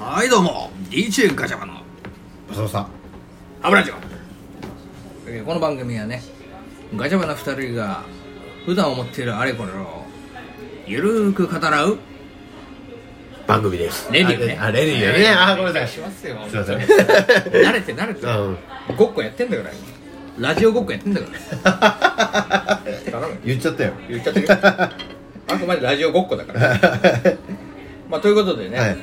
はいどうも DJ ガチャバの浅野さんアブラジオ、この番組はねガチャバな2人が普段思っているあれこれをゆるーく語らう番組です。 レディオね。 レディオね。ごめんなさい。 しますよ。 すいません。 慣れて、ごっこやってんだから今ラジオごっこやってんだから言っちゃったよ。 言っちゃってるあくまでラジオごっこだからまあということでね、 はい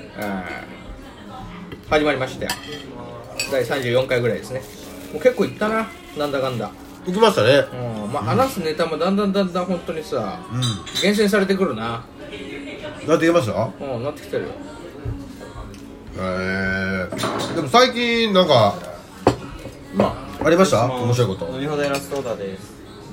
始まりましたよ。第34回ぐらいですね。もう結構いったな、なんだかんだ。 行きましたね。 まあ話すネタもだんだん本当にさ、 うん。 厳選されてくるな。 なってきました？ なってきてるよ。 でも最近なんかまありました？面白いこと。 飲み放題ラストオーダーです。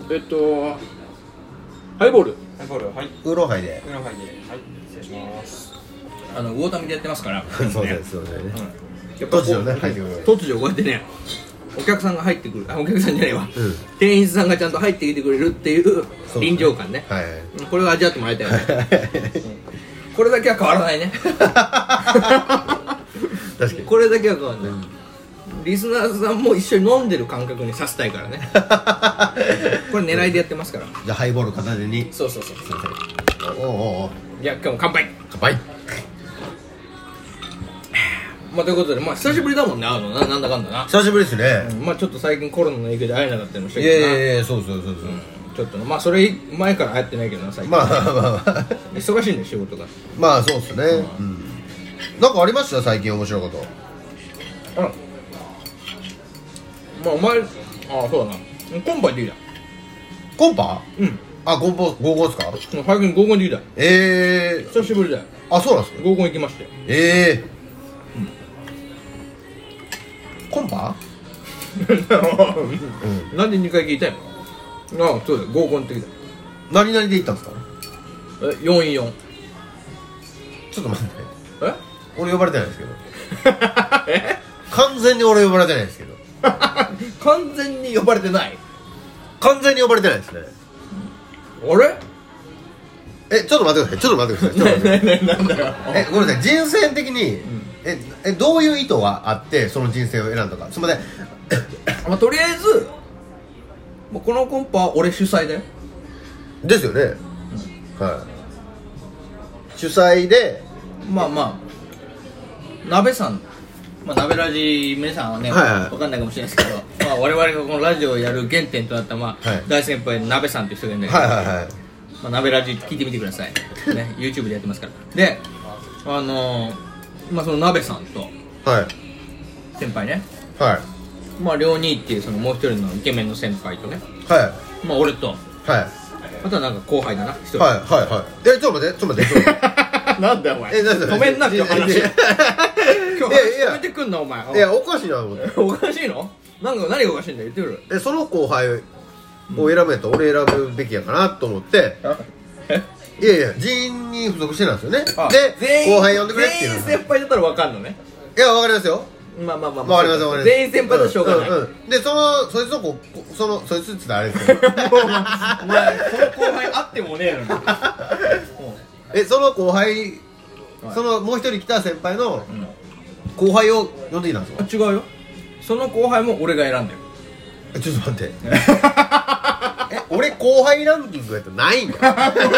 ハイボールハイボール、はい。 ウーロンハイで。 ウーロンハイで、はい。失礼します。 魚民でやってますからそうですそうですね。 やっぱ突如ね入ってくる。 突如こうやってね、お客さんが入ってくる、お客さんじゃないわ、 うん店員さんがちゃんと入ってきてくれるっていう臨場感ね。 はい。 これを味わってもらいたいよねこれだけは変わらないね確かに。 これだけは変わらない、リスナーさんも一緒に飲んでる感覚にさせたいからねこれ狙いでやってますから。 じゃあハイボール片手に。 そうすいません。おう。 じゃあ今日も乾杯。 乾杯。 まあということで、まあ久しぶりだもんね、会うのなんだかんだな。 久しぶりですね。 まあちょっと最近コロナの影響で会えなかったりもしたいけどな。 やそう。 ちょっとまあそれ前から会ってないけどな、最近。 まあ忙しいんだよ仕事が。 まあそうですね。なんかありました最近面白いこと。 まあお前、そうだな、コンパ行ってきた。 コンパ？ うんあ、合コンですか？ 最近合コンできた。久しぶりだよ。 あ、そうなんですか？ 合コン行きましたよ。 コンパ？ なんで2回聞いたの？そうだよ、合コン行ってきた。 何々で行ったんですか 414。 ちょっと待って。 え俺呼ばれてないですけど完全に俺呼ばれてないですけど完全に呼ばれてない。 完全に呼ばれてないですね。 あれちょっと待ってください。ちょっと待ってください。 なんだよ。 ごめんなさい。人生的に、どういう意図があってその人生を選んだか。すみませんまあとりあえずもうこのコンパは俺主催だよ。 ですよね。はい主催でまあ鍋さん、鍋ラジ皆さんはね、わかんないかもしれないですけど、我々がこのラジオをやる原点となった、大先輩の鍋さんという人がいるんだけど、鍋ラジ聞いてみてくださいねYouTube でやってますから。でその鍋さんと先輩ね、両兄っていうそのもう一人のイケメンの先輩とね、俺とあとはなんか後輩だな一人。ちょっと待ってなんだよお前、止めんなって話今日止めてくんなお前。 いやおかしいなと思って。 おかしいの？何がおかしいんだよ、言ってくる。 その後輩を選べと俺選ぶべきやかなと思っていや人員に付属してなんですよね。で後輩呼んでくれっていうの。 全員先輩だったら分かんのね。 いや分かりますよ。 まあ分かります全員先輩だとしょうがない。 でそいつのそいつって言ったらあれですけどお前その後輩あってもねえのにその後輩そのもう一人来た先輩の後輩を呼んでいいなんですか？ 違うよ、その後輩も俺が選んでる。 ちょっと待って俺後輩ランキングやったらないんだ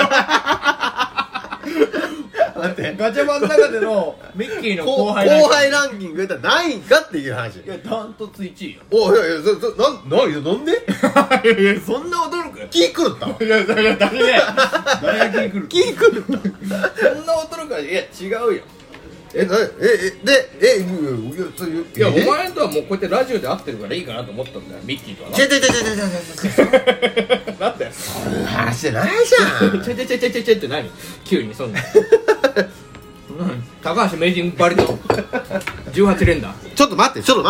待ってガチャバの中でのミッキーの後輩ランキングやったらないんかっていう話。 いやダントツ1位よ。 いやなんでいやそんな驚く？ 気狂ったいや誰が気狂ったそんな驚く？いや違うよ。いやお前とはもうこうやってラジオで会ってるからいいかなと思ったんだよ、ミッキーとはな。なんだよそういう話じゃないじゃんちょって何急にそんな高橋名人ばりの18連打。 ちょっと待ってちょ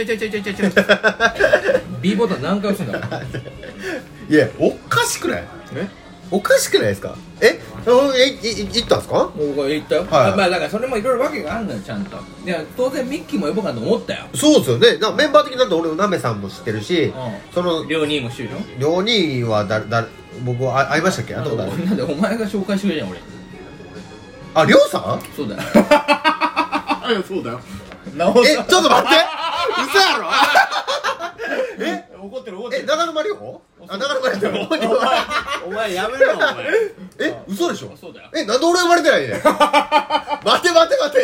B ボタン何回押すんだいやおかしくない？おかしくないですか？行ったんですか？ 僕は言ったよ。まあだからそれもいろいろ訳があるんだよちゃんと。いや当然ミッキーも呼ぼうかと思ったよ。 そうですよね。だからメンバー的になって俺のナメさんも知ってるし、その両兄も知るよ。 両兄は僕は会いましたっけ？ なんでお前が紹介してくれじゃん俺。 あ、りょうさん？ そうだよそうだよ。 ちょっと待って、嘘やろ。 怒ってる怒ってる。 長野マリオ？長野マリオ。 お前やめろお前。 嘘でしょ。 そうだよ。 なんで俺生まれてないね。待って、ちょっと待って。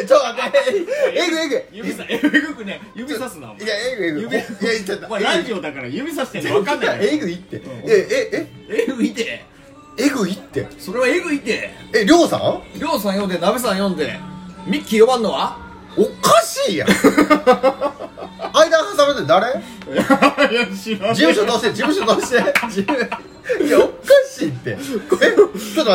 えぐくね、指さすな。 いや、えぐ。 お前ラジオだから指さしてんの分かんない。 えぐいって。 えぐいって。 えぐいって。 それはえぐいって。 りょうさん読んで、なべさん読んで、ミッキー呼ばんのはおかしいやん。間挟むって誰？事務所どうしていや、おかしいって。ちょっと待って、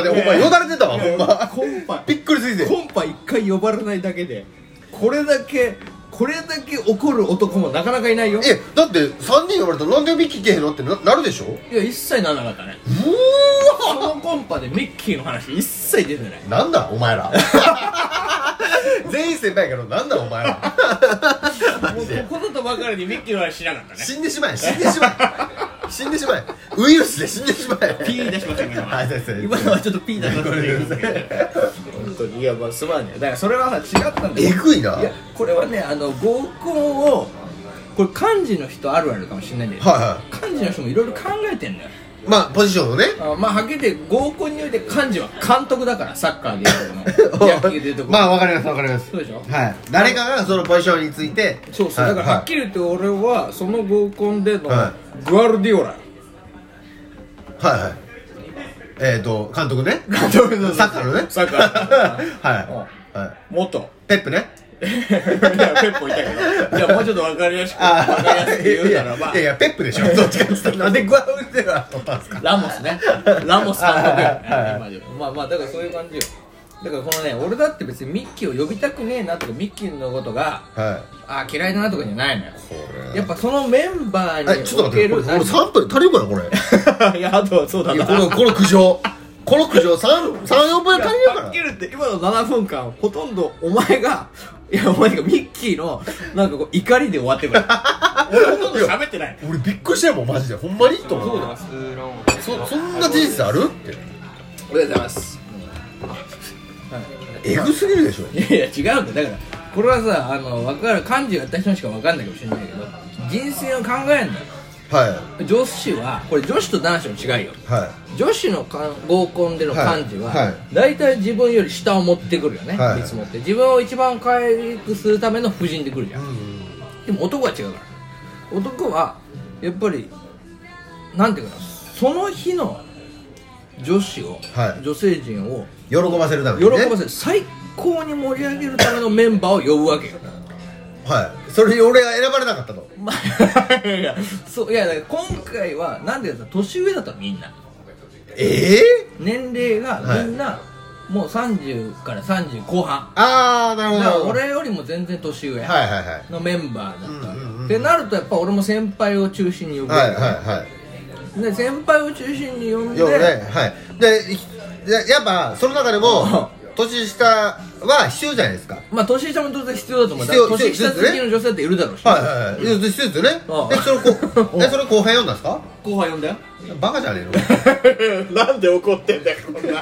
お前よだれ出たわ、ほんま。びっくりすぎて。 コンパ一回呼ばれないだけでこれだけ怒る男もなかなかいないよ。 だって3人呼ばれたらなんでミッキーけへんのってなるでしょ。 いや、一切ならなかったね。そのコンパでミッキーの話一切出てない。 なんだお前ら。全員先輩やけど、なんだお前ら。 もうここぞとばかりにミッキーの話しなかったね。 死んでしまえ。ウイルスで死んでしまえ。 ピー出しましたけど、 はい、 今のはちょっとピー出しましたけど、本当に。いや、まあすまんね。だからそれはさ、違ったんだよ。 えぐいな。 いや、これはね、合コンを、これ漢字の人あるあるかもしれないんだけど、漢字の人もいろいろ考えてんだよ。 まあポジションをね。 まあはっきり言って合コンにおいて漢字は監督だから、サッカーでいうとこの野球でいうとこまあわかります。 そうでしょ。 はい。誰かがそのポジションについて。 そうだからはっきり言って俺はその合コンでのグアルディオラ。監督ね。サッカーのね。 サッカー。 はい。 元ペップね。 いや、ペップもいたけど、いや、もうちょっと分かりやすく言うならば、 いや、ペップでしょ。どっちかって言ったらなんでグアルディオラ取ったんですか。 ラモスね。ラモス監督よ。まあだからそういう感じよ。だからこのね、俺だって別にミッキーを呼びたくねえなとか、ミッキーのことが嫌いだなとかじゃないのよ。やっぱそのメンバーにちょっと待って、俺3分足りるかなこれ。 いや、あとそうだな、 この苦情3、4分足りるから。 はっきり言って今の7分間ほとんどお前がミッキーのなんかこう怒りで終わってくる。俺ほとんど喋ってない。 俺びっくりしたよ、もうマジでほんまにと思う。そんな事実あるって。 おはようございます。 エグすぎるでしょ。 いや違うんだよ。だからこれはさ、分かる漢字やった人にしか分かんないかもしれないけど、人生を考えんだよ。女子はこれ女子と男子の違いよ。女子の合コンでの漢字は大体自分より下を持ってくるよね。見積もって自分を一番回復するための布陣でくるじゃん。でも男は違うから、男はやっぱりなんていうかな、その日の女子を、女性陣を喜ばせるためにね、 最高に盛り上げるためのメンバーを呼ぶわけよ。 それに俺が選ばれなかったと。 いや今回はなんでか年上だったのみんな。年齢がみんなもう30から30後半。 なるほど。だから俺よりも全然年上のメンバーだったってなると、やっぱ俺も先輩を中心に呼ぶ。で先輩を中心に呼んで、 やっぱその中でも年下は必要じゃないですか。 まあ年下も当然必要だと思う。年下好きの女性っているだろうし。 必要ですよね。それ後輩呼んだんですか。 後輩呼んだよ。 バカじゃねえの。なんで怒ってんだよこんな。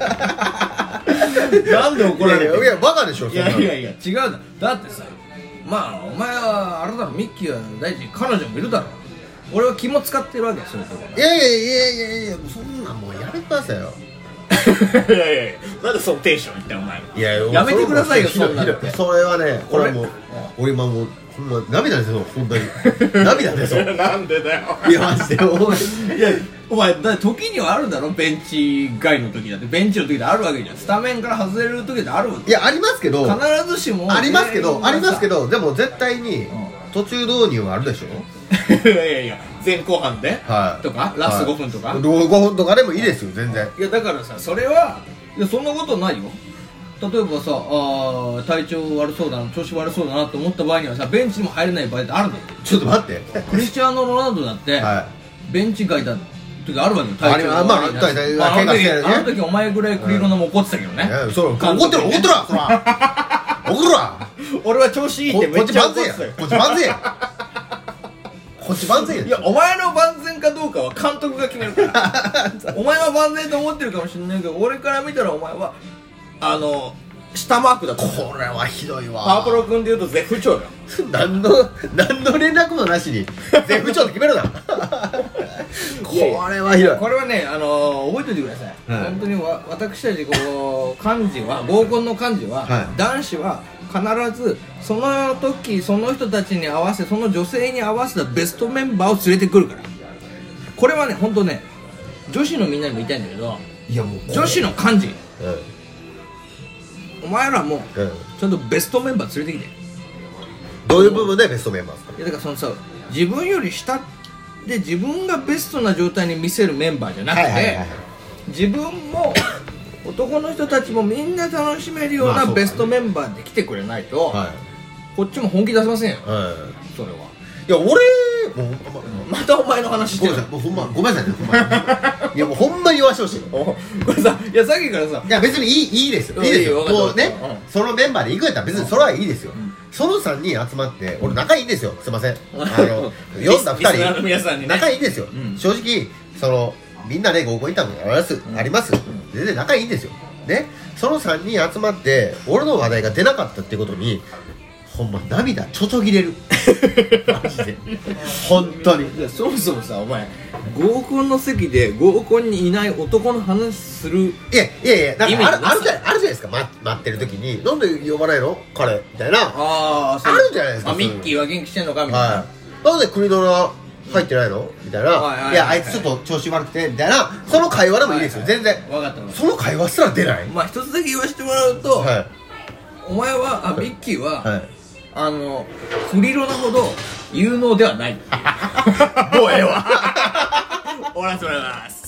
なんで怒られてんの。 いやバカでしょ。 いや違うんだ。だってさ、まあお前はあれだろ、ミッキーは大事に彼女もいるだろ。俺は気も使ってるわけよ。 いやそんなんもうやめてくださいよ。 いやなんでそのテンション言ったお前。やめてくださいよそんなの。 それはね、これはもう俺今もうほんま涙ですよ、本当に。涙ですよ。 なんでだよ。 いやマジでお前だって時にはあるだろ、ベンチ外の時だって。ベンチの時であるわけじゃん。スタメンから外れる時であるわけ。 いやありますけど、 必ずしもありますけど、でも絶対に途中導入はあるでしょ。 いや前後半でとかラスト5分とか 5分とかでもいいですよ全然。 いやだからさ、それはいやそんなことないよ。例えばさ、体調悪そうだな、調子悪そうだなと思った場合にはさ、ベンチにも入れない場合ってあるんだよ。 ちょっと待って、 クリスチャーノ・ロナウドだってベンチ外だ時あるわけよ。体調悪いな。 あの時お前ぐらいクリロナも怒ってたけどね。 怒ってるわ怒るわ。 俺は調子いいってめっちゃ怒ってたよ。 こっち万全や。 いやお前の万全かどうかは監督が決めるからお前は万全と思ってるかもしれないけど、俺から見たらお前は下マークだった。 これはひどいわ。 パワプロ君でいうと絶不調だ。 何の連絡もなしに絶不調って決めるな。これはひどい。 これはね、覚えておいてください。本当に私たち漢字は、合コンの漢字は、男子は必ずその時その人たちに合わせ、その女性に合わせたベストメンバーを連れてくるから。これはね、本当ね、女子のみんなにも言いたいんだけど、 いやもう女子の漢字、お前らもちゃんとベストメンバー連れてきて。 どういう部分でベストメンバーですか？ いやだからそのさ、自分より下で自分がベストな状態に見せるメンバーじゃなくて、自分も男の人たちもみんな楽しめるようなベストメンバーで来てくれないと、こっちも本気出せませんよ、それは。 いや俺もうまたお前の話してる。 ごめんなさいね、ほんまに。いやもうほんまに言わしてほしい。 これさ、いやさっきからさ、 いや別にいいですよ、いいですよ。もうね、そのメンバーで行くやったら別にそれはいいですよ。その3人集まって俺仲いいんですよ、すいません。読んだ2人仲いいんですよ。正直そのみんなね合コン行ったのあります。全然仲いいんですよね。その3人集まって俺の話題が出なかったってことにほんま涙ちょちょぎれる。マジで本当に。 そもそもさ、お前合コンの席で合コンにいない男の話する。 いやなんかあるじゃないですか。待ってる時になんで呼ばないの彼みたいな、あるじゃないですか。 ミッキーは元気してんのかみたいな。 なんで国の名入ってないのみたいな。いやあいつちょっと調子悪くてみたいな、その会話でもいいですよ、全然。 分かった。 その会話すら出ない。 まあ一つだけ言わせてもらうと、お前はミッキーはフリロナほど有能ではない。 もうええわ。 終わらせてもらいます。